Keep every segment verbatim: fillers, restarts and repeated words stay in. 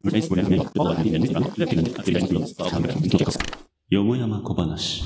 よもやま小話。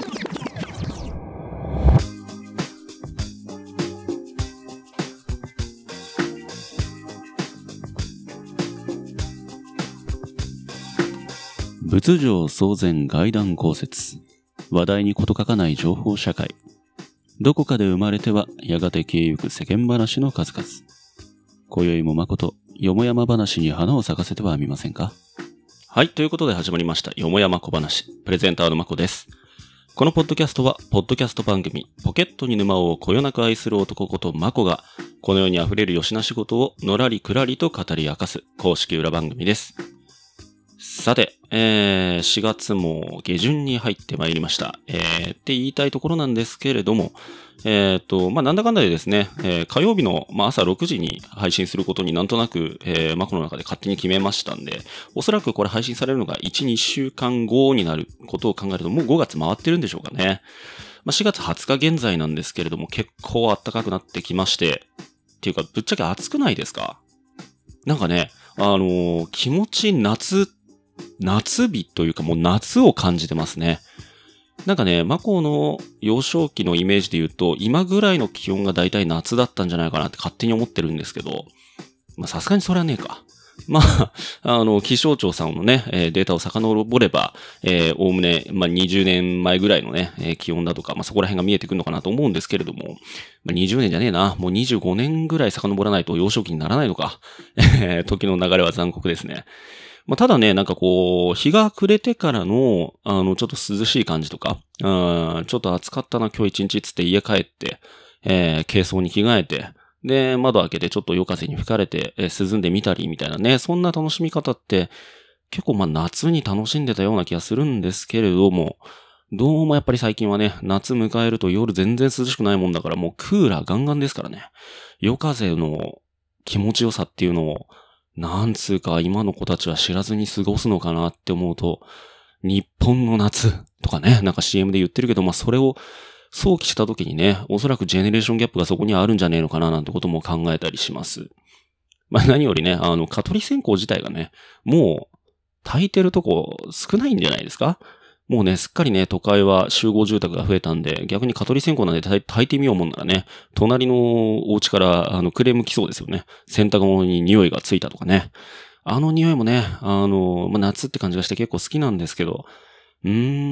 仏上騒然外談公説。話題に事欠かない情報社会。どこかで生まれてはやがて消えゆく世間話の数々。今宵も誠よもやま話に花を咲かせてはみませんか。はい、ということで始まりましたよもやま小話。プレゼンターのまこです。このポッドキャストはポッドキャスト番組ポケットに沼をこよなく愛する男ことまこがこの世にあふれるよしな仕事をのらりくらりと語り明かす公式裏番組です。さて、えー、しがつも下旬に入ってまいりました。えー、って言いたいところなんですけれども、えーと、まあ、なんだかんだでですね、えー、火曜日の、まあ、朝ろくじに配信することになんとなく、えー、マコの中で勝手に決めましたんで、おそらくこれ配信されるのがいち、にしゅうかんごになることを考えると、もうごがつ回ってるんでしょうかね。まあ、しがつはつか現在なんですけれども、結構暖かくなってきまして、っていうか、ぶっちゃけ暑くないですか？なんかね、あのー、気持ち夏、夏日というかもう夏を感じてますね。なんかね、マコの幼少期のイメージで言うと、今ぐらいの気温がだいたい夏だったんじゃないかなって勝手に思ってるんですけど、まあさすがにそれはねえか。まあ、あの、気象庁さんのね、データを遡れば、えー、おおむね、まあにじゅうねんまえぐらいのね、気温だとか、まあそこら辺が見えてくるのかなと思うんですけれども、まあ、にじゅうねんじゃねえな、もうにじゅうごねんぐらい遡らないと幼少期にならないのか。時の流れは残酷ですね。まあ、ただね、なんかこう、日が暮れてからの、あの、ちょっと涼しい感じとか、うん、ちょっと暑かったな、今日一日つって家帰って、えー、軽装に着替えて、で、窓開けてちょっと夜風に吹かれて、えー、涼んでみたりみたいなね、そんな楽しみ方って、結構まあ夏に楽しんでたような気がするんですけれども、どうもやっぱり最近はね、夏迎えると夜全然涼しくないもんだから、もうクーラーガンガンですからね。夜風の気持ちよさっていうのを、なんつうか今の子たちは知らずに過ごすのかなって思うと、日本の夏とかね、なんか シーエム で言ってるけど、まあそれを想起した時にね、おそらくジェネレーションギャップがそこにあるんじゃねえのかななんてことも考えたりします。まあ何よりね、あの、蚊取り線香自体がね、もう焚いてるとこ少ないんじゃないですか？もうね、すっかりね、都会は集合住宅が増えたんで、逆に蚊取り線香なんで焚いてみようもんならね、隣のお家から、あの、クレーム来そうですよね。洗濯物に匂いがついたとかね。あの匂いもね、あの、まあ、夏って感じがして結構好きなんですけど、うー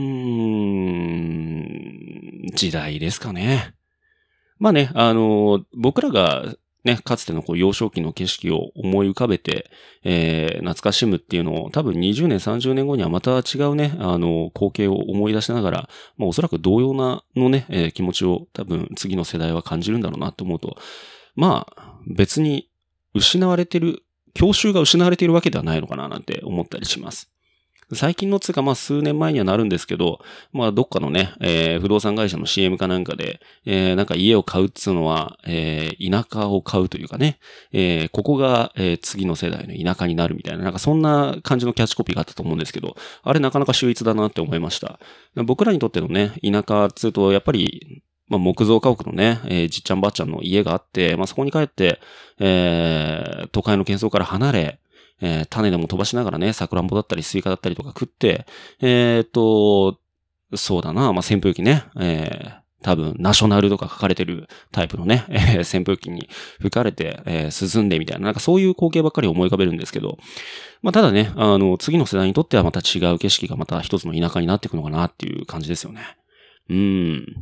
ん、時代ですかね。まあね、あの、僕らが、ね、かつてのこう幼少期の景色を思い浮かべて、えー、懐かしむっていうのを多分にじゅうねん、さんじゅうねんごにはまた違うね、あの、光景を思い出しながら、まあおそらく同様なのね、えー、気持ちを多分次の世代は感じるんだろうなと思うと、まあ別に失われてる、郷愁が失われているわけではないのかななんて思ったりします。最近のつうかまあ数年前にはなるんですけど、まあどっかのね、えー、不動産会社の シーエム かなんかで、えー、なんか家を買うっつうのは、えー、田舎を買うというかね、えー、ここが、えー、次の世代の田舎になるみたいな、なんかそんな感じのキャッチコピーがあったと思うんですけど、あれなかなか秀逸だなって思いました。僕らにとってのね、田舎っつうとやっぱり、まあ、木造家屋のね、えー、じっちゃんばっちゃんの家があって、まあそこに帰って、えー、都会の喧騒から離れ、えー、種でも飛ばしながらね、桜んぼだったりスイカだったりとか食って、えーっと、そうだな、まあ、扇風機ね、えー、多分、ナショナルとか書かれてるタイプのね、えー、扇風機に吹かれて、えー、涼んでみたいな、なんかそういう光景ばっかり思い浮かべるんですけど、まあ、ただね、あの、次の世代にとってはまた違う景色がまた一つの田舎になっていくのかなっていう感じですよね。うん。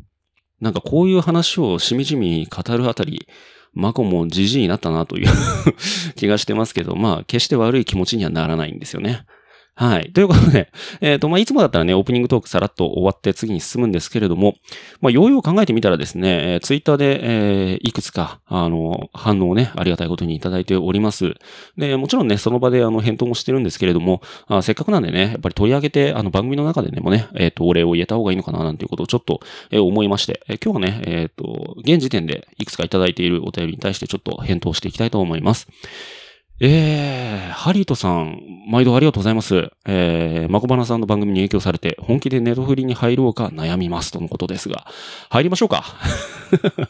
なんかこういう話をしみじみ語るあたり、マコもジジイになったなという気がしてますけど、まあ、決して悪い気持ちにはならないんですよね。はい。ということで、えっと、まあ、いつもだったらね、オープニングトークさらっと終わって次に進むんですけれども、まあ、ようよう考えてみたらですね、えー、ツイッターで、えー、いくつか、あの、反応をね、ありがたいことにいただいております。で、もちろんね、その場で、あの、返答もしてるんですけれども、あせっかくなんでね、やっぱり取り上げて、あの、番組の中でね、もね、えっと、お礼を言えた方がいいのかな、なんていうことをちょっと、えー、思いまして、えー、今日はね、えっと、現時点でいくつかいただいているお便りに対してちょっと返答していきたいと思います。えー、ハリートさん、毎度ありがとうございます。えー、マコバナさんの番組に影響されて、本気でネトフリに入ろうか悩みますとのことですが、入りましょうか。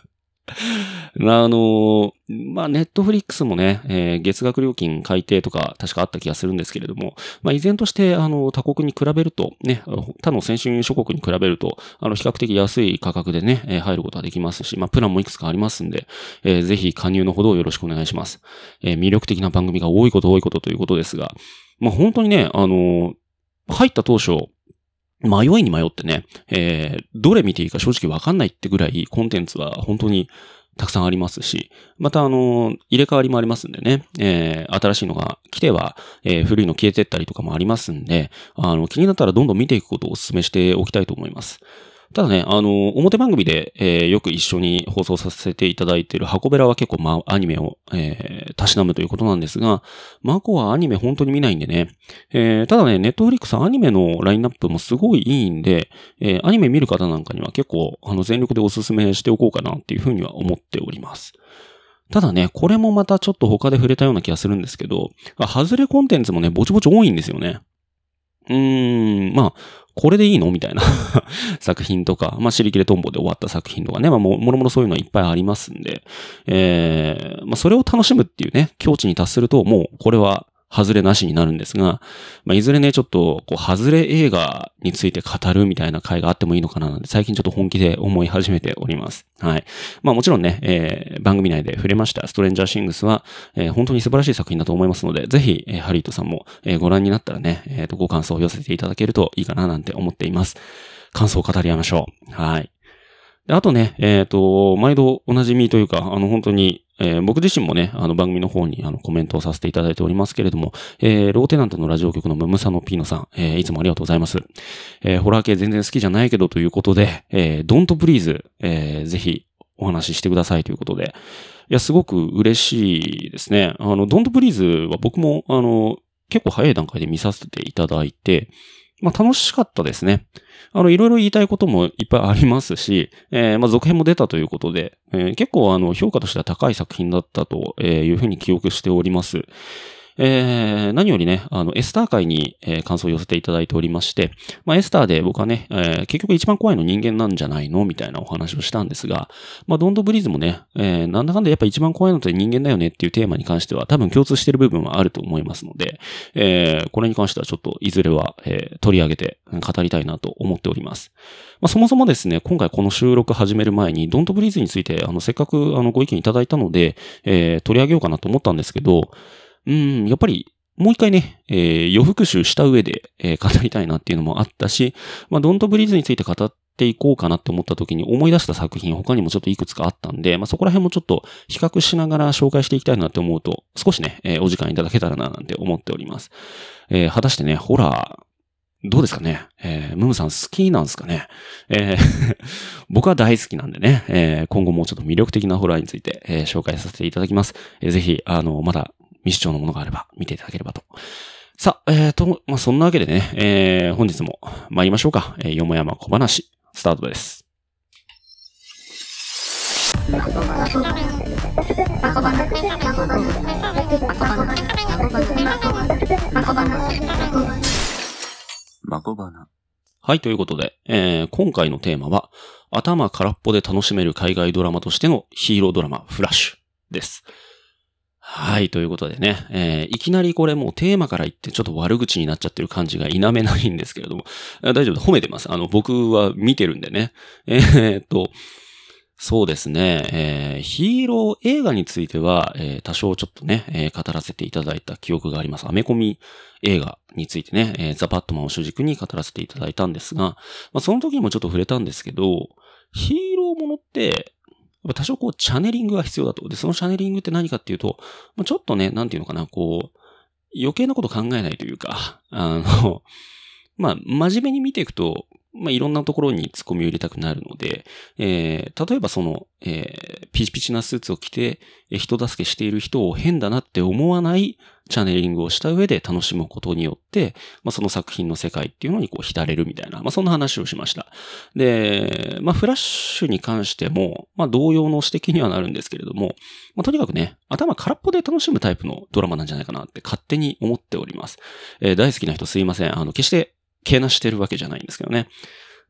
あの、まあ、ネットフリックスもね、えー、月額料金改定とか確かあった気がするんですけれども、まあ、依然として、あの、他国に比べると、ね、他の先進諸国に比べると、あの、比較的安い価格でね、えー、入ることができますし、まあ、プランもいくつかありますんで、えー、ぜひ加入のほどよろしくお願いします。えー、魅力的な番組が多いこと多いことということですが、まあ、本当にね、あの、入った当初、迷いに迷ってね、えー、どれ見ていいか正直わかんないってぐらいコンテンツは本当にたくさんありますし、またあの、入れ替わりもありますんでね、えー、新しいのが来ては、えー、古いの消えてったりとかもありますんで、あの、気になったらどんどん見ていくことをお勧めしておきたいと思います。ただね、あの、表番組で、えー、よく一緒に放送させていただいている箱べらは結構、まあ、アニメを、えー、たしなむということなんですが、マコはアニメ本当に見ないんでね、えー、ただね、ネットフリックスアニメのラインナップもすごいいいんで、えー、アニメ見る方なんかには結構、あの、全力でお勧めしておこうかなっていうふうには思っております。ただね、これもまたちょっと他で触れたような気がするんですけど、外れコンテンツもね、ぼちぼち多いんですよね。うーん、まあ、これでいいのみたいな作品とか、まあ、尻切れトンボで終わった作品とかね、まあ、も、もろもろそういうのいっぱいありますんで、えー、まあ、それを楽しむっていうね、境地に達すると、もう、これは、外れなしになるんですが、まあ、いずれね、ちょっと、こう、外れ映画について語るみたいな回があってもいいのかななんて、最近ちょっと本気で思い始めております。はい。まあもちろんね、えー、番組内で触れました、ストレンジャーシングスは、えー、本当に素晴らしい作品だと思いますので、ぜひ、えー、ハリートさんも、えー、ご覧になったらね、えーと、ご感想を寄せていただけるといいかななんて思っています。感想を語り合いましょう。はい。であとね、えっと、毎度おなじみというか、あの本当に、えー、僕自身もね、あの番組の方にあのコメントをさせていただいておりますけれども、えー、ローテナントのラジオ局のムムサノピーノさん、えー、いつもありがとうございます。えー、ホラー系全然好きじゃないけどということで、えー、Don't Please、えー、ぜひお話ししてくださいということで、いや、すごく嬉しいですね。あの、Don't Please は僕も、あの、結構早い段階で見させていただいて、まあ、楽しかったですね。あの、いろいろ言いたいこともいっぱいありますし、えー、まあ、続編も出たということで、えー、結構あの、評価としては高い作品だったというふうに記憶しております。えー、何よりね、あの、エスター界に、えー、感想を寄せていただいておりまして、まあ、エスターで僕はね、えー、結局一番怖いの人間なんじゃないのみたいなお話をしたんですが、まあ、ドントブリーズもね、えー、なんだかんだやっぱ一番怖いのって人間だよねっていうテーマに関しては多分共通している部分はあると思いますので、えー、これに関してはちょっといずれは、えー、取り上げて語りたいなと思っております。まあ、そもそもですね、今回この収録始める前に、ドントブリーズについて、あの、せっかくあの、ご意見いただいたので、えー、取り上げようかなと思ったんですけど、うん、やっぱり、もう一回ね、えー、予復習した上で、えー、語りたいなっていうのもあったし、まあ、ドントブリーズについて語っていこうかなって思った時に思い出した作品他にもちょっといくつかあったんで、まあ、そこら辺もちょっと比較しながら紹介していきたいなって思うと、少しね、えー、お時間いただけたらななんて思っております。えー、果たしてね、ホラー、どうですかね、えー、ムムさん好きなんですかね、えー、僕は大好きなんでね、えー、今後もちょっと魅力的なホラーについて、えー、紹介させていただきます。えー、ぜひ、あの、まだ未視聴のものがあれば見ていただければと。さあ、えーと、まあ、そんなわけでね、えー、本日も参りましょうか。えー、よもやま小話、スタートです。マコバナ。はい、ということで、えー、今回のテーマは、頭空っぽで楽しめる海外ドラマとしてのヒーロードラマ、フラッシュです。はい、ということでね、えー、いきなりこれもうテーマから言ってちょっと悪口になっちゃってる感じが否めないんですけれども、大丈夫、褒めてます。あの、僕は見てるんでね。えー、っと、そうですね、えー、ヒーロー映画については、えー、多少ちょっとね、えー、語らせていただいた記憶があります。アメコミ映画についてね、えー、ザ・バットマンを主軸に語らせていただいたんですが、まあ、その時にもちょっと触れたんですけど、ヒーローものって、多少こう、チャネリングが必要だと。で、そのチャネリングって何かっていうと、まあ、ちょっとね、なんていうのかな、こう、余計なこと考えないというか、あの、まあ、真面目に見ていくと、まあ、いろんなところに突っ込みを入れたくなるので、えー、例えばその、えー、ピチピチなスーツを着て、えー、人助けしている人を変だなって思わないチャネリングをした上で楽しむことによって、まあ、その作品の世界っていうのにこう浸れるみたいな、まあ、そんな話をしました。で、まあ、フラッシュに関しても、まあ、同様の指摘にはなるんですけれども、まあ、とにかくね、頭空っぽで楽しむタイプのドラマなんじゃないかなって勝手に思っております。えー、大好きな人すいません。あの、決して、けなしてるわけじゃないんですけどね。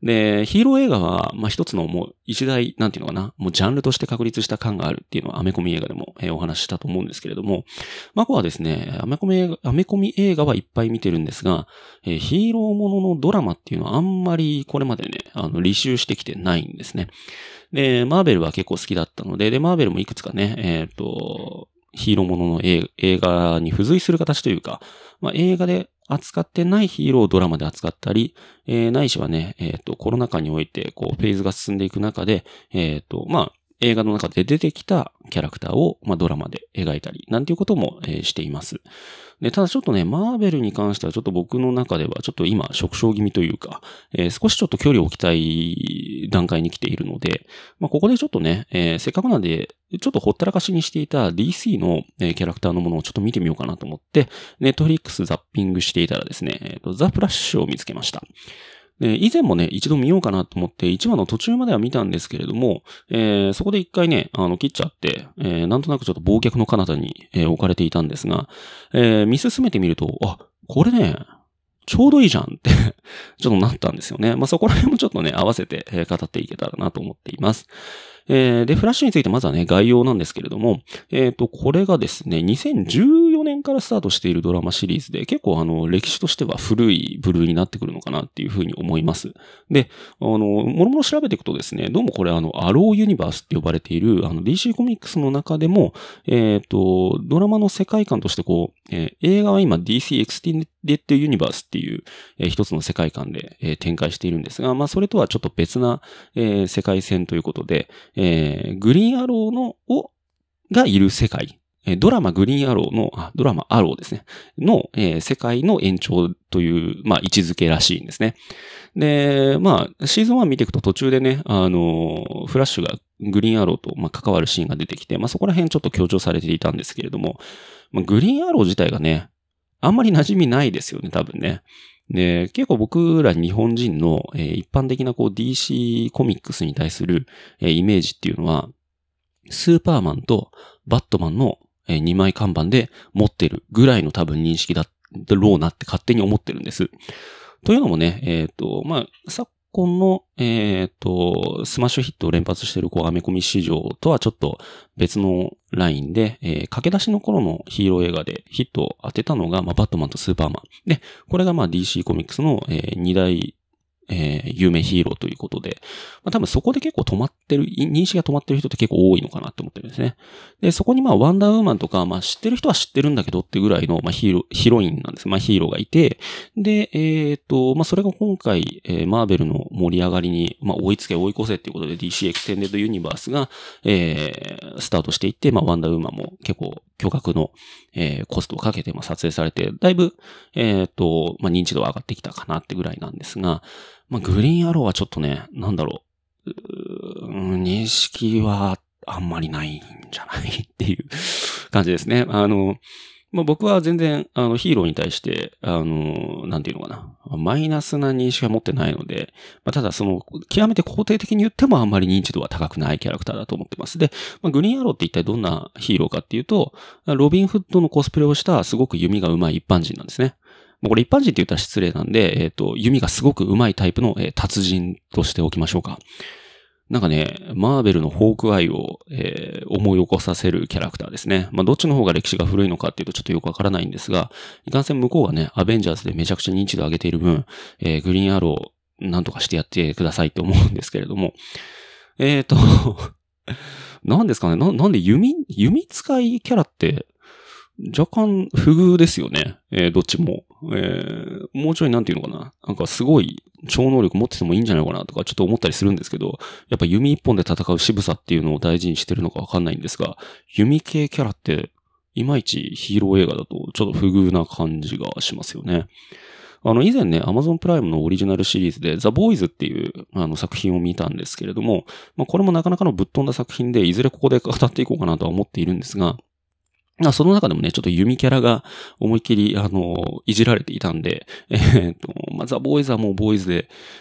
で、ヒーロー映画は、まあ、一つのもう一大、なんていうのかな、もうジャンルとして確立した感があるっていうのはアメコミ映画でも、えー、お話ししたと思うんですけれども、マコはですね、アメコミ映画、アメコミ映画はいっぱい見てるんですが、えー、ヒーローもののドラマっていうのはあんまりこれまでね、あの、履修してきてないんですね。で、マーベルは結構好きだったので、で、マーベルもいくつかね、えっと、ヒーローものの映画に付随する形というか、まあ、映画で扱ってないヒーローをドラマで扱ったり、えー、ないしはね、えっと、コロナ禍において、こう、フェーズが進んでいく中で、えっと、まあ、映画の中で出てきたキャラクターを、まあ、ドラマで描いたり、なんていうことも、えー、しています。で、ただちょっとね、マーベルに関してはちょっと僕の中ではちょっと今、縮小気味というか、えー、少しちょっと距離を置きたい段階に来ているので、まあ、ここでちょっとね、えー、せっかくなんで、ちょっとほったらかしにしていた ディーシー の、えー、キャラクターのものをちょっと見てみようかなと思って、ネットフリックスザッピングしていたらですね、えーと、ザ・フラッシュを見つけました。で、以前もね、一度見ようかなと思って、いちわの途中までは見たんですけれども、えー、そこで一回ね、あの、切っちゃって、えー、なんとなくちょっと忘却の彼方に、えー、置かれていたんですが、えー、見進めてみると、あ、これね、ちょうどいいじゃんってちょっとなったんですよね。まあ、そこら辺もちょっとね、合わせて、えー、語っていけたらなと思っています。えー、で、フラッシュについてまずはね、概要なんですけれども、えっと、これがですね、にせんじゅうよねんからスタートしているドラマシリーズで、結構あの、歴史としては古い部類になってくるのかなっていうふうに思います。で、あの、もろもろ調べていくとですね、どうもこれあの、アローユニバースって呼ばれている、あの、ディーシー コミックスの中でも、えっと、ドラマの世界観としてこう、えー、映画は今 ディーシー エクステンデッドユニバースっていう、えー、一つの世界観で、えー、展開しているんですが、まあ、それとはちょっと別な、えー、世界線ということで、えー、グリーンアローの、を、がいる世界。ドラマグリーンアローの、あ、ドラマアローですね。の、えー、世界の延長という、まあ、位置づけらしいんですね。で、まあ、シーズンワン見ていくと途中でね、あの、フラッシュがグリーンアローと、まあ、関わるシーンが出てきて、まあ、そこら辺ちょっと強調されていたんですけれども、まあ、グリーンアロー自体がね、あんまり馴染みないですよね、多分ね。で、結構僕ら日本人の、えー、一般的なこう ディーシー コミックスに対する、えー、イメージっていうのは、スーパーマンとバットマンの、えー、にまい看板で持ってるぐらいの多分認識だろうなって勝手に思ってるんです。というのもね、えっと、まあ、昨今の、えっと、スマッシュヒットを連発しているこうアメコミ市場とはちょっと別のラインで、えー、駆け出しの頃のヒーロー映画でヒットを当てたのが、まあ、バットマンとスーパーマン。で、これがまあ ディーシー コミックスの、えー、二大えー、有名ヒーローということで、まあ、多分そこで結構止まってる、認識が止まってる人って結構多いのかなって思ってるんですね。で、そこにまあワンダーウーマンとか、まあ知ってる人は知ってるんだけどってぐらいの、まあヒーロー、ヒロインなんです。まあヒーローがいて、で、えっと、まあそれが今回、えー、マーベルの盛り上がりに、まあ追いつけ追い越せっていうことで ディーシー エクステンデッドユニバースが、えー、スタートしていって、まあワンダーウーマンも結構巨額の、えー、コストをかけて、まあ撮影されて、だいぶ、えっと、まあ認知度は上がってきたかなってぐらいなんですが、まあ、グリーンアローはちょっとね、なんだろう、うー認識はあんまりないんじゃないっていう感じですね。あの、まあ、僕は全然、あの、ヒーローに対して、あの、なんていうのかな、マイナスな認識は持ってないので、まあ、ただその、極めて肯定的に言ってもあんまり認知度は高くないキャラクターだと思ってます。で、まあ、グリーンアローって一体どんなヒーローかっていうと、ロビンフッドのコスプレをしたすごく弓が上手い一般人なんですね。これ一般人って言ったら失礼なんで、えっと、弓がすごく上手いタイプの、えー、達人としておきましょうか。なんかね、マーベルのホークアイを、えー、思い起こさせるキャラクターですね。まあ、どっちの方が歴史が古いのかっていうとちょっとよくわからないんですが、いかんせん向こうがね、アベンジャーズでめちゃくちゃ認知度上げている分、えー、グリーンアローなんとかしてやってくださいって思うんですけれども、えっと、なんですかね、な、なんで弓、弓使いキャラって、若干不遇ですよね。えー、どっちも。えー、もうちょいなんていうのかな。なんかすごい超能力持っててもいいんじゃないかなとかちょっと思ったりするんですけど、やっぱ弓一本で戦う渋さっていうのを大事にしてるのかわかんないんですが、弓系キャラっていまいちヒーロー映画だとちょっと不遇な感じがしますよね。あの、以前ね、Amazon プライムのオリジナルシリーズで、ザ・ボーイズっていうあの作品を見たんですけれども、まあ、これもなかなかのぶっ飛んだ作品で、いずれここで語っていこうかなとは思っているんですが、その中でもね、ちょっと弓キャラが思いっきり、あの、いじられていたんで、えー、っと、まあ、ザ・ボーイズはもうボーイズで、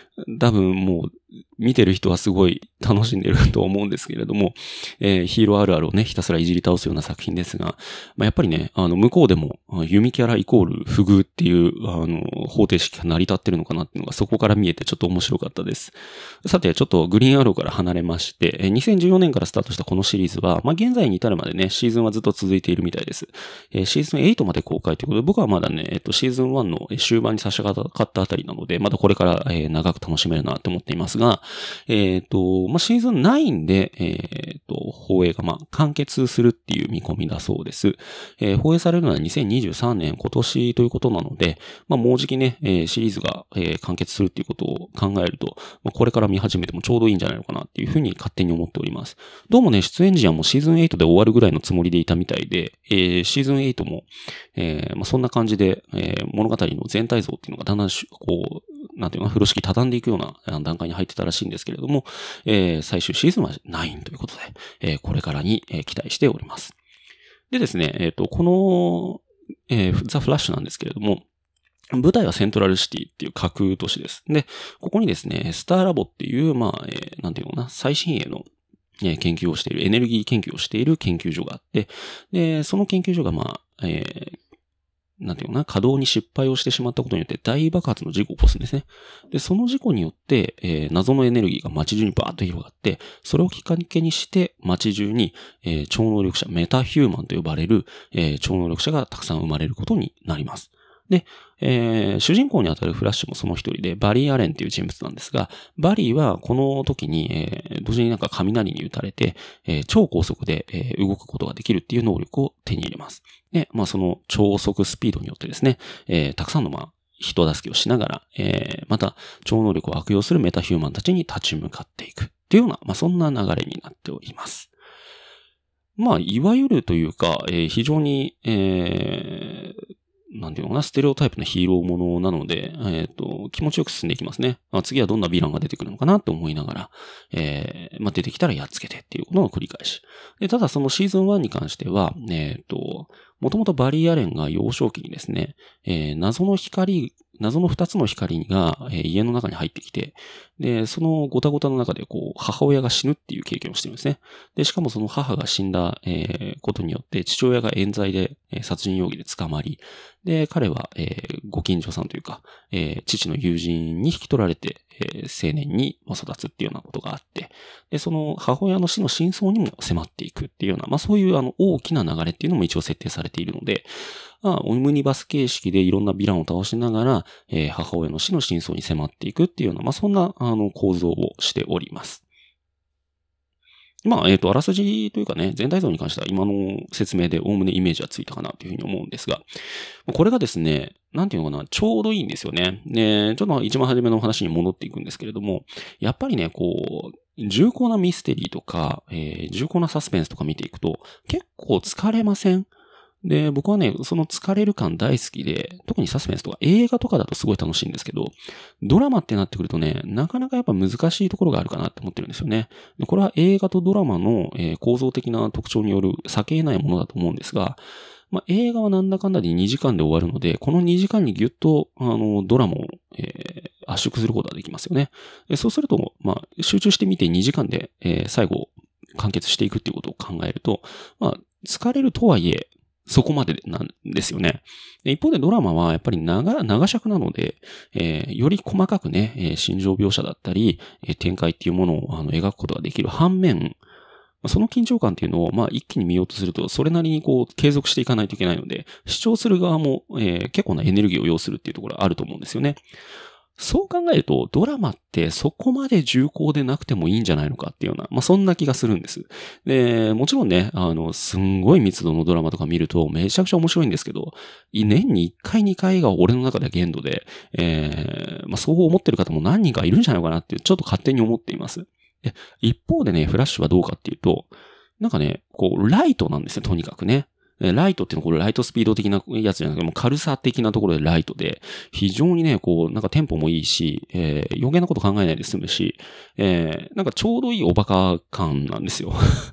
多分もう見てる人はすごい楽しんでると思うんですけれども、えー、ヒーローあるあるをね、ひたすらいじり倒すような作品ですが、まあ、やっぱりね、あの、向こうでも、弓キャライコール不遇っていう、あの、方程式が成り立ってるのかなっていうのがそこから見えてちょっと面白かったです。さて、ちょっとグリーンアローから離れまして、にせんじゅうよねんからスタートしたこのシリーズは、まあ、現在に至るまでね、シーズンはずっと続いているみたいです。えー、シーズンはちまで公開ということで、僕はまだね、えっと、シーズンいちの終盤に差し掛かったあたりなので、まだこれから、えー、長く楽しめるなと思っていますが、えっと、まあ、シーズンきゅうで、えっと、放映が、まあ、完結するっていう見込みだそうです。えー、放映されるのはにせんにじゅうさんねん、今年ということなので、まあ、もうじきね、えー、シリーズが、えー、完結するっていうことを考えると、まあ、これから見始めてもちょうどいいんじゃないのかなっていうふうに勝手に思っております。どうもね、出演時はもうシーズンはちで終わるぐらいのつもりでいたみたいで、えー、シーズンはちも、えー、まあ、そんな感じで、えー、物語の全体像っていうのがだんだんこう、なんていうのか、風呂敷畳んでいくような段階に入ってたらしいんですけれども、えー、最終シーズンはきゅうということで、えー、これからに、えー、期待しております。でですね、えっと、この、えー、ザ・フラッシュなんですけれども、舞台はセントラルシティっていう架空都市です。で、ここにですね、スターラボっていう、まあ、えー、なんていうのかな、最新鋭の研究をしている、エネルギー研究をしている研究所があって、で、その研究所が、まあ、えー、なんていうのかな、稼働に失敗をしてしまったことによって大爆発の事故を起こすんですね。で、その事故によって、えー、謎のエネルギーが街中にバーッと広がって、それをきっかけにして街中に、えー、超能力者、メタヒューマンと呼ばれる、えー、超能力者がたくさん生まれることになります。で、えー、主人公にあたるフラッシュもその一人で、バリー・アレンっていう人物なんですが、バリーはこの時に、えー、同時になんか雷に打たれて、えー、超高速で、えー、動くことができるっていう能力を手に入れます。で、まあその超速スピードによってですね、えー、たくさんのまあ、人助けをしながら、えー、また超能力を悪用するメタヒューマンたちに立ち向かっていくっていうような、まあそんな流れになっております。まあ、いわゆるというか、えー、非常に、えー、なんていうのかな、ステレオタイプなヒーローものなので、えっと、気持ちよく進んでいきますね。あ、次はどんなヴィランが出てくるのかなと思いながら、えー、まあ、出てきたらやっつけてっていうことの繰り返し。で、ただそのシーズンいちに関しては、えっと、もともとバリー・アレンが幼少期にですね、えー、謎の光、謎の二つの光が、えー、家の中に入ってきて、で、そのゴタゴタの中でこう、母親が死ぬっていう経験をしてるんですね。で、しかもその母が死んだ、えー、ことによって父親が冤罪で、えー、殺人容疑で捕まり、で、彼は、えー、ご近所さんというか、えー、父の友人に引き取られて、えー、青年に育つっていうようなことがあって、で、その母親の死の真相にも迫っていくっていうような、まあそういうあの大きな流れっていうのも一応設定されているので、まあ、オムニバス形式でいろんなヴィランを倒しながら、えー、母親の死の真相に迫っていくっていうような、まあそんなあの構造をしております。まあ、えっと、あらすじというかね、全体像に関しては今の説明でおおむねイメージはついたかなというふうに思うんですが、これがですね、なんていうのかな、ちょうどいいんですよね。で、ちょっと一番初めのお話に戻っていくんですけれども、やっぱりね、こう、重厚なミステリーとか、えー、重厚なサスペンスとか見ていくと、結構疲れません？で、僕はね、その疲れる感大好きで、特にサスペンスとか映画とかだとすごい楽しいんですけど、ドラマってなってくるとね、なかなかやっぱ難しいところがあるかなって思ってるんですよね。でこれは映画とドラマの、えー、構造的な特徴による避け得ないものだと思うんですが、まあ、映画はなんだかんだでにじかんで終わるので、このにじかんにギュッと、あの、ドラマを、えー、圧縮することができますよね。そうすると、まあ、集中してみてにじかんで、えー、最後、完結していくっていうことを考えると、まあ、疲れるとはいえ、そこまでなんですよね。一方でドラマはやっぱり長、長尺なので、えー、より細かくね、えー、心情描写だったり、えー、展開っていうものをあの描くことができる反面、その緊張感っていうのを、まあ、一気に見ようとすると、それなりにこう、継続していかないといけないので、視聴する側も、えー、結構なエネルギーを要するっていうところがあると思うんですよね。そう考えると、ドラマってそこまで重厚でなくてもいいんじゃないのかっていうような、まあ、そんな気がするんです。で、もちろんね、あの、すんごい密度のドラマとか見るとめちゃくちゃ面白いんですけど、年にいっかいにかいが俺の中では限度で、えー、まあ、そう思ってる方も何人かいるんじゃないかなってちょっと勝手に思っています。で、一方でね、フラッシュはどうかっていうと、なんかね、こう、ライトなんですよ、とにかくね。ライトっていうのはこれライトスピード的なやつじゃなくてもう軽さ的なところでライトで、非常にね、こう、なんかテンポもいいし、えー、余計なこと考えないで済むし、えー、なんかちょうどいいおバカ感なんですよ。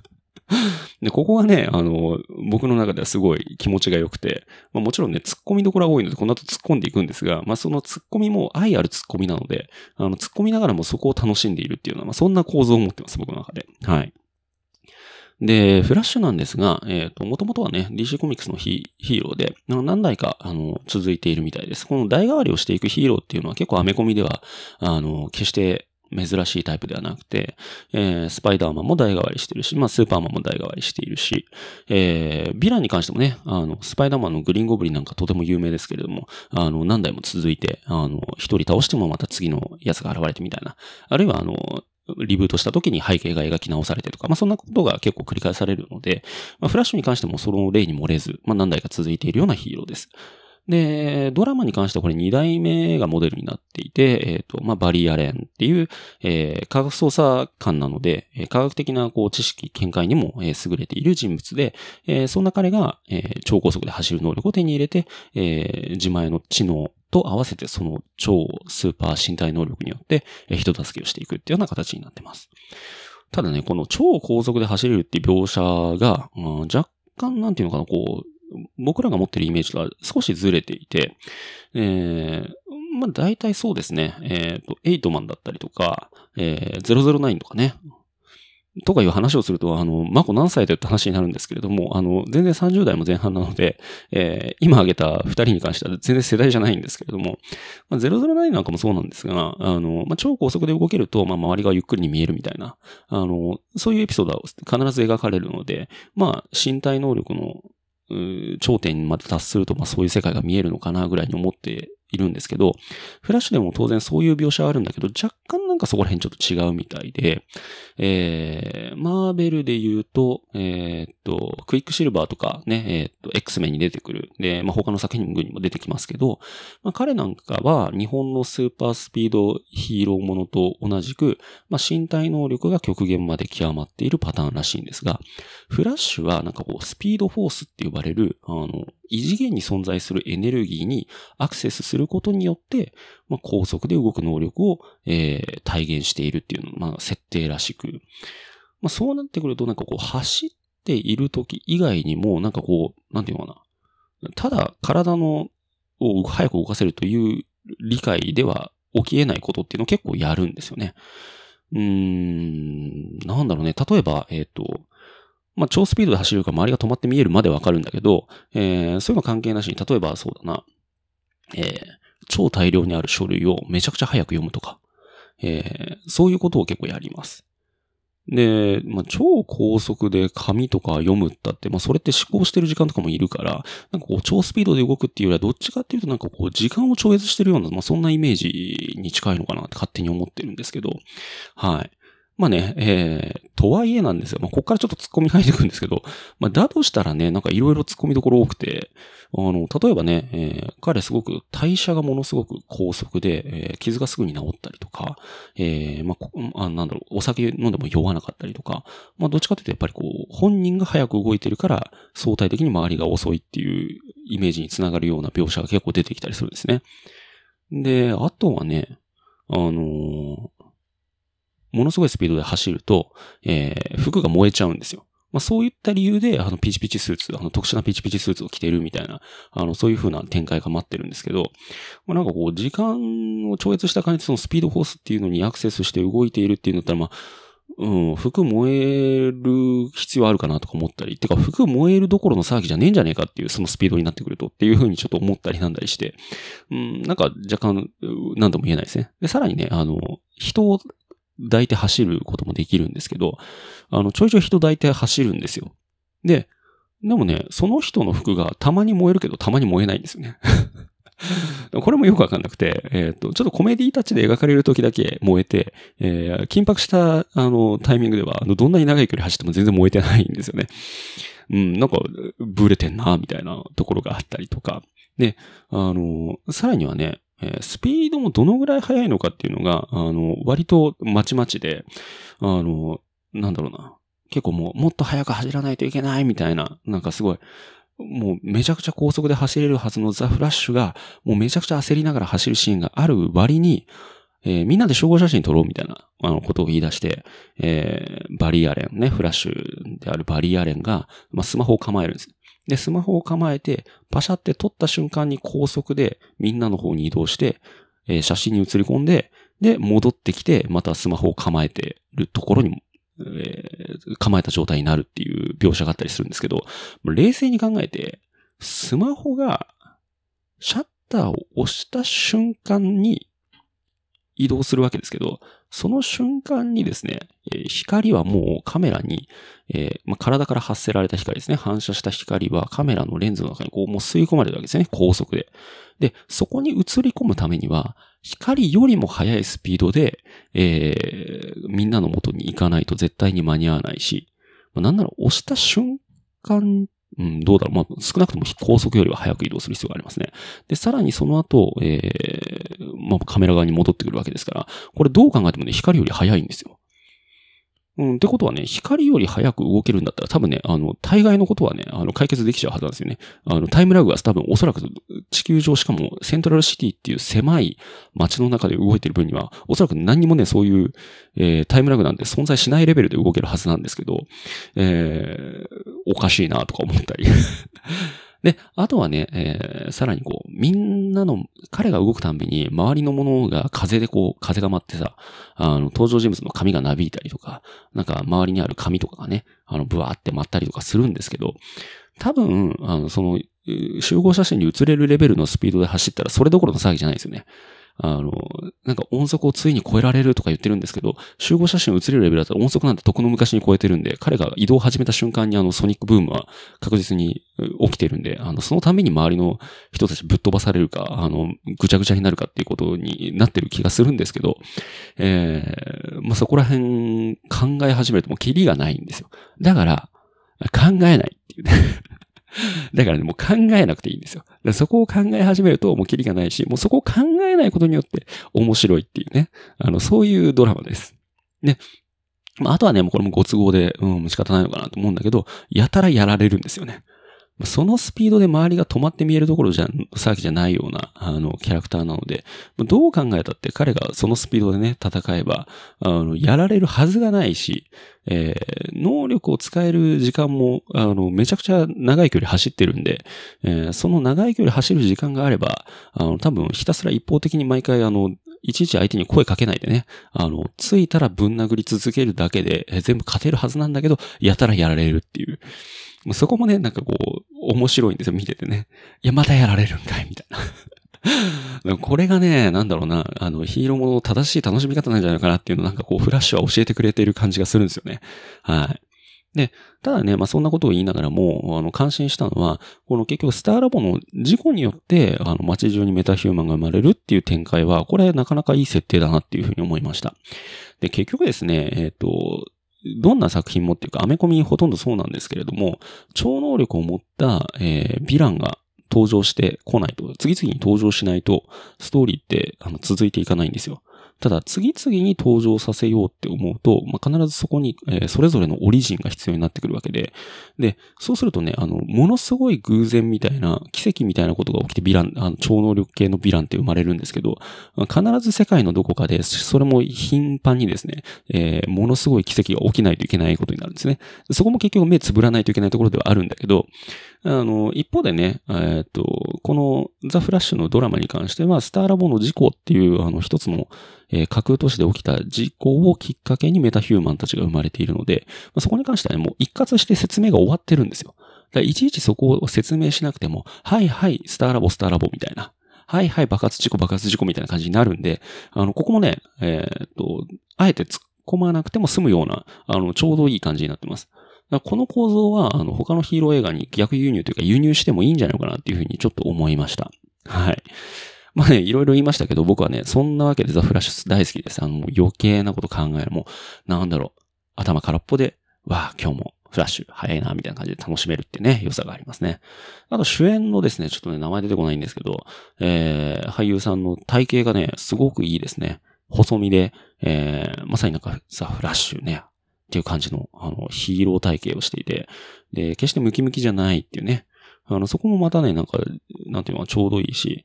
で、ここがね、あの、僕の中ではすごい気持ちが良くて、まあもちろんね、突っ込みどころが多いので、この後突っ込んでいくんですが、まあその突っ込みも愛ある突っ込みなので、あの、突っ込みながらもそこを楽しんでいるっていうのは、まあそんな構造を持ってます、僕の中で。はい。で、フラッシュなんですが、えっと、もともとはね、ディーシー コミックスのヒーローで、何代か、あの、続いているみたいです。この代替わりをしていくヒーローっていうのは結構アメコミでは、あの、決して珍しいタイプではなくて、えー、スパイダーマンも代替わりしてるし、まあ、スーパーマンも代替わりしているし、えー、ヴィランに関してもね、あの、スパイダーマンのグリーンゴブリンなんかとても有名ですけれども、あの、何代も続いて、あの、一人倒してもまた次のやつが現れてみたいな。あるいは、あの、リブートした時に背景が描き直されてとか、まあそんなことが結構繰り返されるので、まあフラッシュに関してもその例に漏れず、まあ何代か続いているようなヒーローです。で、ドラマに関してはこれに代目がモデルになっていて、えっと、まあバリー・アレンっていう、えー、科学捜査官なので、科学的なこう知識、見解にも、えー、優れている人物で、えー、そんな彼が、えー、超高速で走る能力を手に入れて、えー、自前の知能、と合わせてその超スーパー身体能力によって人助けをしていくっていうような形になってます。ただね、この超高速で走れるっていう描写が、まあ、若干なんていうのかな、こう、僕らが持ってるイメージとは少しずれていて、えー、まあ大体そうですね、えっと、エイトマンだったりとか、えー、ゼロゼロナインとかね、とかいう話をすると、あの、マコ何歳だよって話になるんですけれども、あの、全然さんじゅう代も前半なので、えー、今挙げたふたりに関しては全然世代じゃないんですけれども、まあ、ゼロゼロナインなんかもそうなんですが、あの、まあ、超高速で動けると、まあ、周りがゆっくりに見えるみたいな、あの、そういうエピソードは必ず描かれるので、まあ、身体能力の、頂点まで達すると、まあ、そういう世界が見えるのかなぐらいに思っているんですけど、フラッシュでも当然そういう描写はあるんだけど、若干なんかそこら辺ちょっと違うみたいで、えー、マーベルで言うと、えー、っと、クイックシルバーとかね、えー、っと、X メンに出てくる。で、まあ、他の作品にも出てきますけど、まあ、彼なんかは日本のスーパースピードヒーローものと同じく、まあ、身体能力が極限まで極まっているパターンらしいんですが、フラッシュはなんかこう、スピードフォースって呼ばれる、あの、異次元に存在するエネルギーにアクセスすることによって、まあ、高速で動く能力を、えー、体現しているっていうの、まあ、設定らしく。まあ、そうなってくると、なんかこう、走っている時以外にも、なんかこう、なんていうのかな。ただ、体の、を早く動かせるという理解では起き得ないことっていうのを結構やるんですよね。うーん、なんだろうね。例えば、えっと、まあ、超スピードで走るから周りが止まって見えるまでわかるんだけど、えー、そういうの関係なしに、例えばそうだな、えー、超大量にある書類をめちゃくちゃ早く読むとか、えー、そういうことを結構やります。で、まあ、超高速で紙とか読むったって、まあ、それって思考してる時間とかもいるから、なんかこう、超スピードで動くっていうよりは、どっちかっていうとなんかこう、時間を超越してるような、まあ、そんなイメージに近いのかなって勝手に思ってるんですけど、はい。まあね、えー、とはいえなんですよ。まあ、こっからちょっと突っ込み入ってくるんですけど、まあ、だとしたらね、なんかいろいろ突っ込みどころ多くて、あの、例えばね、えー、彼すごく代謝がものすごく高速で、えー、傷がすぐに治ったりとか、えー、まあ、あ、なんだろう、お酒飲んでも酔わなかったりとか、まあ、どっちかというとやっぱりこう、本人が早く動いてるから、相対的に周りが遅いっていうイメージにつながるような描写が結構出てきたりするんですね。で、あとはね、あのー、ものすごいスピードで走ると、えー、服が燃えちゃうんですよ。まあそういった理由で、あの、ピチピチスーツ、あの、特殊なピチピチスーツを着てるみたいな、あの、そういう風な展開が待ってるんですけど、まあなんかこう、時間を超越した感じでそのスピードフォースっていうのにアクセスして動いているっていうんだったら、まあ、うん、服燃える必要あるかなとか思ったり、てか服燃えるどころの騒ぎじゃねえんじゃねえかっていうそのスピードになってくるとっていう風にちょっと思ったりなんだりして、うん、なんか若干、なんとも言えないですね。で、さらにね、あの、人を抱いて走ることもできるんですけど、あの、ちょいちょい人抱いて走るんですよ。で、でもね、その人の服がたまに燃えるけどたまに燃えないんですよね。これもよくわかんなくて、えっと、ちょっとコメディタッチで描かれる時だけ燃えて、えー、緊迫した、あの、タイミングでは、どんなに長い距離走っても全然燃えてないんですよね。うん、なんか、ブレてんな、みたいなところがあったりとか。で、あの、さらにはね、スピードもどのぐらい速いのかっていうのが、あの、割とまちまちで、あの、なんだろうな。結構もう、もっと速く走らないといけないみたいな、なんかすごい、もうめちゃくちゃ高速で走れるはずのザ・フラッシュが、もうめちゃくちゃ焦りながら走るシーンがある割に、 えー、みんなで集合写真撮ろうみたいな、あの、ことを言い出して、えー、バリーアレンね、フラッシュであるバリーアレンが、まあ、スマホを構えるんです。で、スマホを構えて、パシャって撮った瞬間に高速でみんなの方に移動して、えー、写真に写り込んで、で、戻ってきて、またスマホを構えてるところに、えー、構えた状態になるっていう描写があったりするんですけど、冷静に考えて、スマホがシャッターを押した瞬間に移動するわけですけど、その瞬間にですね、えー、光はもうカメラに、えーまあ、体から発せられた光ですね、反射した光はカメラのレンズの中にこうもう吸い込まれるわけですね、高速で。で、そこに映り込むためには、光よりも速いスピードで、えー、みんなの元に行かないと絶対に間に合わないし、まあ、なんなら押した瞬間、うん、どうだろう。まあ、少なくとも高速よりは早く移動する必要がありますね。で、さらにその後、えー、まあ、カメラ側に戻ってくるわけですから、これどう考えてもね、光より速いんですよ。うん、ってことはね、光より早く動けるんだったら多分ね、あの、大概のことはね、あの、解決できちゃうはずなんですよね。あの、タイムラグは多分おそらく地球上しかもセントラルシティっていう狭い街の中で動いてる分には、おそらく何にもね、そういう、えー、タイムラグなんて存在しないレベルで動けるはずなんですけど、えー、おかしいなとか思ったり。で、あとはね、えー、さらにこう、みんなの、彼が動くたんびに、周りのものが風でこう、風が舞ってさ、あの、登場人物の髪がなびいたりとか、なんか周りにある紙とかがね、あの、ブワーって舞ったりとかするんですけど、多分、あの、その、集合写真に写れるレベルのスピードで走ったら、それどころの騒ぎじゃないですよね。あの、なんか音速をついに超えられるとか言ってるんですけど、集合写真を写れるレベルだったら音速なんてとくの昔に超えてるんで、彼が移動を始めた瞬間にあのソニックブームは確実に起きてるんで、あの、そのために周りの人たちぶっ飛ばされるか、あの、ぐちゃぐちゃになるかっていうことになってる気がするんですけど、えー、まあ、そこら辺考え始めるともうキリがないんですよ。だから、考えないっていうね。だからね、もう考えなくていいんですよ。そこを考え始めるともうキリがないし、もうそこを考えないことによって面白いっていうね。あの、そういうドラマです。で、まあ、あとはね、もうこれもご都合で、うん、仕方ないのかなと思うんだけど、やたらやられるんですよね。そのスピードで周りが止まって見えるところじゃ、騒ぎじゃないような、あの、キャラクターなので、どう考えたって彼がそのスピードでね、戦えば、あの、やられるはずがないし、えー、能力を使える時間も、あの、めちゃくちゃ長い距離走ってるんで、えー、その長い距離走る時間があれば、あの、多分ひたすら一方的に毎回、あの、いちいち相手に声かけないでね、あの、ついたらぶん殴り続けるだけで、えー、全部勝てるはずなんだけど、やたらやられるっていう。そこもね、なんかこう、面白いんですよ、見ててね。いや、またやられるんかい、みたいな。これがね、なんだろうな、あの、ヒーローものの正しい楽しみ方なんじゃないかなっていうのをなんかこう、フラッシュは教えてくれている感じがするんですよね。はい。で、ただね、まあ、そんなことを言いながらも、あの、感心したのは、この結局スターラボの事故によって、あの、街中にメタヒューマンが生まれるっていう展開は、これなかなかいい設定だなっていうふうに思いました。で、結局ですね、えっと、どんな作品もっていうか、アメコミほとんどそうなんですけれども、超能力を持った、えー、ヴィランが登場してこないと、次々に登場しないと、ストーリーってあの続いていかないんですよ。ただ、次々に登場させようって思うと、まあ、必ずそこに、えー、それぞれのオリジンが必要になってくるわけで、で、そうするとね、あの、ものすごい偶然みたいな、奇跡みたいなことが起きてヴィラン、あの、超能力系のヴィランって生まれるんですけど、必ず世界のどこかで、それも頻繁にですね、えー、ものすごい奇跡が起きないといけないことになるんですね。そこも結局目つぶらないといけないところではあるんだけど、あの、一方でね、えっと、このザ・フラッシュのドラマに関しては、スターラボの事故っていう、あの、一つの、えー、架空都市で起きた事故をきっかけにメタヒューマンたちが生まれているので、まあ、そこに関してはね、もう一括して説明が終わってるんですよ。だからいちいちそこを説明しなくても、はいはい、スターラボ、スターラボみたいな。はいはい、爆発事故、爆発事故みたいな感じになるんで、あの、ここもね、えー、っと、あえて突っ込まなくても済むような、あの、ちょうどいい感じになってます。この構造は、あの、他のヒーロー映画に逆輸入というか輸入してもいいんじゃないのかなっていうふうにちょっと思いました。はい。まあね、いろいろ言いましたけど、僕はね、そんなわけでザ・フラッシュ大好きです。あの、もう余計なこと考える。もう、なんだろう。頭空っぽで、わあ、今日もフラッシュ早いな、みたいな感じで楽しめるってね、良さがありますね。あと主演のですね、ちょっとね、名前出てこないんですけど、えー、俳優さんの体型がね、すごくいいですね。細身で、えー、まさになんかザ・フラッシュね、っていう感じの、あの、ヒーロー体型をしていて、で、決してムキムキじゃないっていうね。あの、そこもまたね、なんか、なんていうのかちょうどいいし、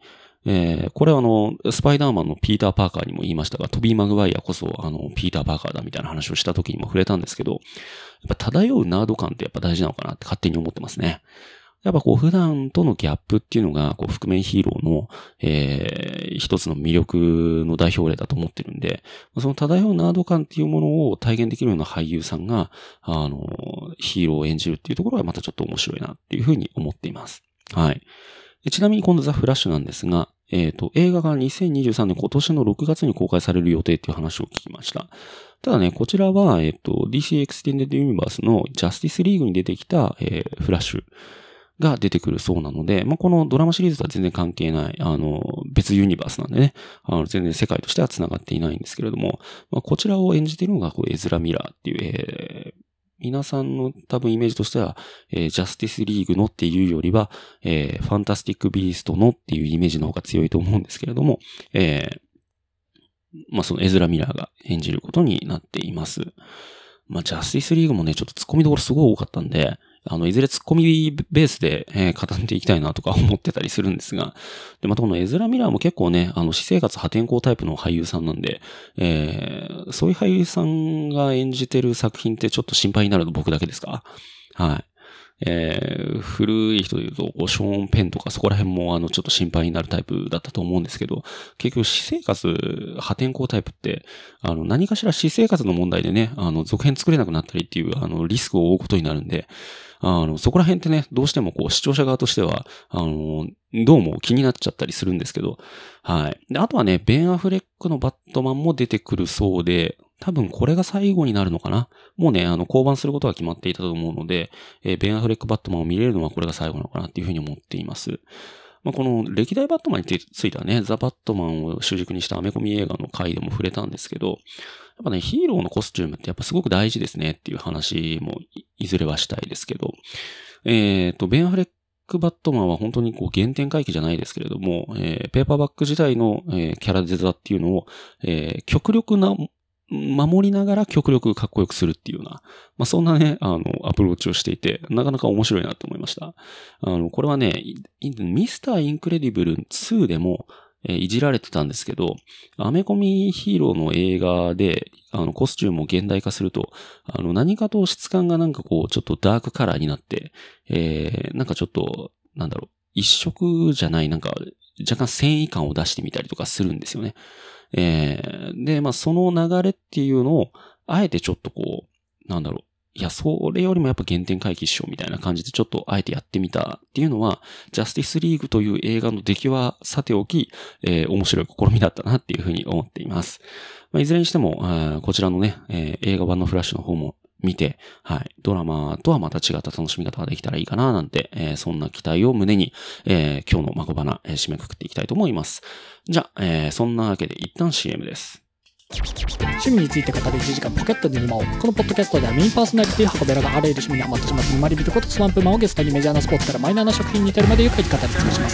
えー、これはあの、スパイダーマンのピーター・パーカーにも言いましたが、トビー・マグワイアこそあの、ピーター・パーカーだみたいな話をした時にも触れたんですけど、やっぱ漂うナード感ってやっぱ大事なのかなって勝手に思ってますね。やっぱこう普段とのギャップっていうのがこう覆面ヒーローの、えー、一つの魅力の代表例だと思ってるんで、その漂うナード感っていうものを体現できるような俳優さんが、あの、ヒーローを演じるっていうところがまたちょっと面白いなっていうふうに思っています。はい。ちなみに今度ザ・フラッシュなんですが、えっと、映画がにせんにじゅうさんねん今年のろくがつに公開される予定っていう話を聞きました。ただね、こちらは、えっと、ディーシー Extended Universe のジャスティスリーグに出てきた、えー、フラッシュが出てくるそうなので、まあ、このドラマシリーズとは全然関係ない、あの、別ユニバースなんでね、あの、全然世界としては繋がっていないんですけれども、まあ、こちらを演じているのが、こう、エズラ・ミラーっていう、えー、皆さんの多分イメージとしては、えー、ジャスティスリーグのっていうよりは、えー、ファンタスティック・ビーストのっていうイメージの方が強いと思うんですけれども、えー、まあ、そのエズラ・ミラーが演じることになっています。まあ、ジャスティスリーグもね、ちょっと突っ込みどころすごい多かったんで、あの、いずれ突っ込みベースで、えー、語っていきたいなとか思ってたりするんですが、で、またこのエズラ・ミラーも結構ね、あの、私生活破天荒タイプの俳優さんなんで、えー、そういう俳優さんが演じてる作品ってちょっと心配になるの僕だけですか？はい。えー、古い人で言うと、こうショーン・ペンとかそこら辺もあの、ちょっと心配になるタイプだったと思うんですけど、結局私生活破天荒タイプって、あの、何かしら私生活の問題でね、あの、続編作れなくなったりっていう、あの、リスクを負うことになるんで、あの、そこら辺ってね、どうしてもこう、視聴者側としては、あの、どうも気になっちゃったりするんですけど、はい。で、あとはね、ベン・アフレックのバットマンも出てくるそうで、多分これが最後になるのかな。もうね、あの、降板することが決まっていたと思うので、えー、ベン・アフレックバットマンを見れるのはこれが最後なのかなっていうふうに思っています。まあ、この歴代バットマンについてはね、ザ・バットマンを主軸にしたアメコミ映画の回でも触れたんですけど、やっぱね、ヒーローのコスチュームってやっぱすごく大事ですねっていう話も い, いずれはしたいですけど、えっと、ベン・アフレックバットマンは本当にこう原点回帰じゃないですけれども、えー、ペーパーバック時代の、えー、キャラデザっていうのを、えー、極力な、守りながら極力かっこよくするっていうような、まあ、そんなね、あの、アプローチをしていて、なかなか面白いなと思いました。あの、これはね、ミスター・インクレディブルツーでも、えー、いじられてたんですけど、アメコミヒーローの映画で、あの、コスチュームを現代化すると、あの、何かと質感がなんかこう、ちょっとダークカラーになって、えー、なんかちょっと、なんだろう、一色じゃない、なんか、若干繊維感を出してみたりとかするんですよね。えー、で、まあ、その流れっていうのを、あえてちょっとこう、なんだろう、いや、それよりもやっぱ原点回帰しようみたいな感じでちょっとあえてやってみたっていうのは、ジャスティスリーグという映画の出来はさておき、えー、面白い試みだったなっていうふうに思っています。まあ、いずれにしても、こちらのね、えー、映画版のフラッシュの方も見て、はい、ドラマとはまた違った楽しみ方ができたらいいかななんて、えー、そんな期待を胸に、えー、今日のまこばな、えー、締めくくっていきたいと思います。じゃあ、えー、そんなわけで一旦 シーエム です。 趣味について語るいちじかんポケットで沼を。このポッドキャストではメインパーソナリティ箱べらがあらゆる趣味にハマってしまって沼り人ことスワンプマンをゲストにメジャーなスポーツからマイナーな食品に至るまでゆっくり語り尽くします。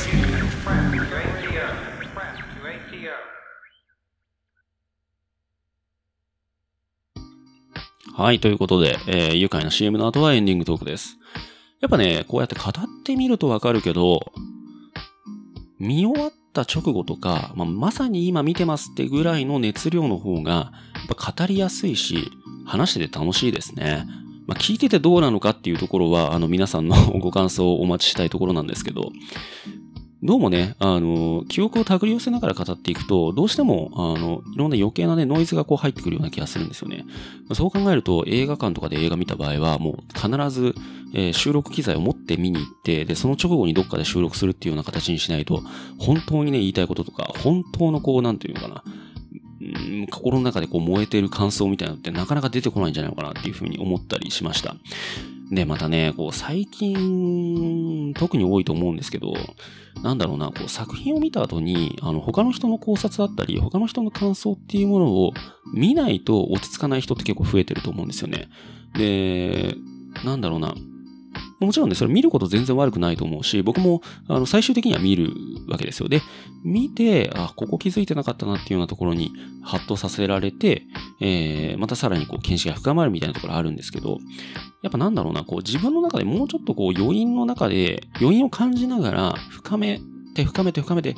はい、ということで、えー、愉快な シーエム の後はエンディングトークです。やっぱね、こうやって語ってみるとわかるけど、見終わった直後とか、まあ、まさに今見てますってぐらいの熱量の方が、やっぱ語りやすいし、話してて楽しいですね。まあ、聞いててどうなのかっていうところは、あの、皆さんのご感想をお待ちしたいところなんですけど、どうもね、あの、記憶を手繰り寄せながら語っていくと、どうしても、あの、いろんな余計なね、ノイズがこう入ってくるような気がするんですよね。そう考えると、映画館とかで映画見た場合は、もう必ず、えー、収録機材を持って見に行って、で、その直後にどっかで収録するっていうような形にしないと、本当にね、言いたいこととか、本当のこう、なんていうのかな、うん、心の中でこう燃えてる感想みたいなのってなかなか出てこないんじゃないのかなっていうふうに思ったりしました。で、またね、こう、最近、特に多いと思うんですけど、なんだろうな、こう、作品を見た後に、あの、他の人の考察だったり、他の人の感想っていうものを見ないと落ち着かない人って結構増えてると思うんですよね。で、なんだろうな、もちろんね、それ見ること全然悪くないと思うし、僕も、あの、最終的には見るわけですよ。で、見て、あ、ここ気づいてなかったなっていうようなところに、ハッとさせられて、えー、またさらにこう、見識が深まるみたいなところあるんですけど、やっぱなんだろうな、こう、自分の中でもうちょっとこう、余韻の中で、余韻を感じながら、深めて、深めて、深めて、深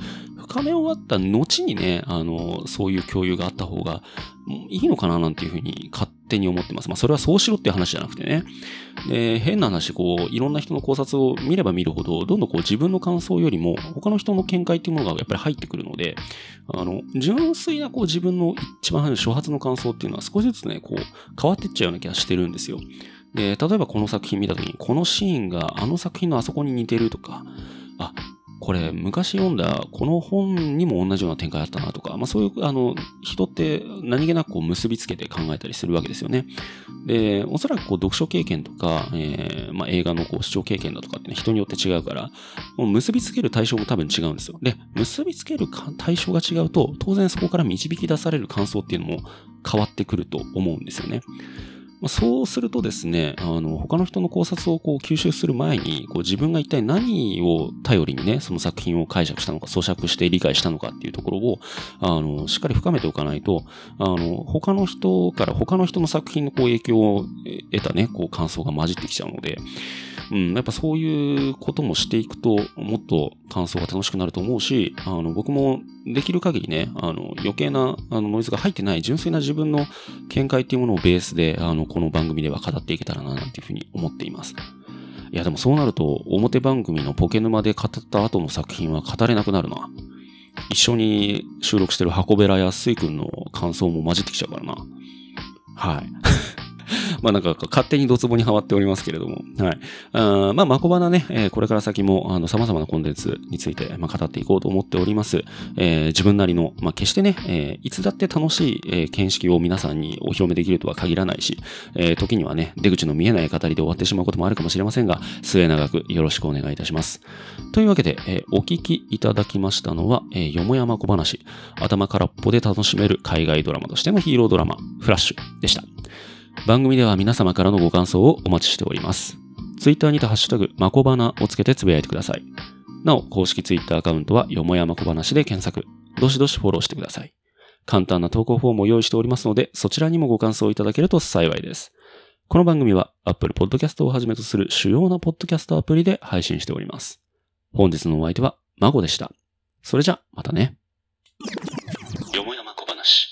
深め終わった後にね、あの、そういう共有があった方がいいのかななんていうふうに勝手に思ってます。まあ、それはそうしろっていう話じゃなくてね。で、変な話、こう、いろんな人の考察を見れば見るほど、どんどんこう自分の感想よりも、他の人の見解っていうものがやっぱり入ってくるので、あの、純粋なこう自分の一番初発の感想っていうのは少しずつね、こう、変わっていっちゃうような気がしてるんですよ。で、例えばこの作品見たときに、このシーンがあの作品のあそこに似てるとか、あ、これ昔読んだこの本にも同じような展開あったなとか、まあそういう、あの、人って何気なくこう結びつけて考えたりするわけですよね。で、おそらくこう読書経験とか、えー、まあ映画のこう視聴経験だとかって、ね、人によって違うから、もう結びつける対象も多分違うんですよ。で、結びつける対象が違うと、当然そこから導き出される感想っていうのも変わってくると思うんですよね。まあ、そうするとですね、あの、他の人の考察をこう吸収する前に、こう自分が一体何を頼りにね、その作品を解釈したのか、咀嚼して理解したのかっていうところを、あの、しっかり深めておかないと、あの、他の人から他の人の作品のこう影響を得たね、こう感想が混じってきちゃうので、うん、やっぱそういうこともしていくと、もっと感想が楽しくなると思うし、あの、僕もできる限りね、あの、余計なあのノイズが入ってない純粋な自分の見解っていうものをベースで、あの、この番組では語っていけたらな、なんていうふうに思っています。いや、でもそうなると、表番組のポケ沼で語った後の作品は語れなくなるな。一緒に収録してる箱べらやすいくんの感想も混じってきちゃうからな。はい。まあなんか勝手にドツボにはまっておりますけれども。はい。あまあ、まこばなね、えー、これから先も、あの、様々なコンテンツについて、まあ、語っていこうと思っております。えー、自分なりの、まあ、決してね、えー、いつだって楽しい、えー、見識を皆さんにお披露目できるとは限らないし、えー、時にはね、出口の見えない語りで終わってしまうこともあるかもしれませんが、末永くよろしくお願いいたします。というわけで、えー、お聞きいただきましたのは、えー、よもやま小話、頭空っぽで楽しめる海外ドラマとしてのヒーロードラマ、フラッシュでした。番組では皆様からのご感想をお待ちしております。ツイッターにてハッシュタグ、まこばなをつけてつぶやいてください。なお、公式ツイッターアカウントはよもやまこ話で検索。どしどしフォローしてください。簡単な投稿フォームを用意しておりますので、そちらにもご感想いただけると幸いです。この番組は Apple Podcast をはじめとする主要なポッドキャストアプリで配信しております。本日のお相手はまごでした。それじゃ、またね。よもやまこ話。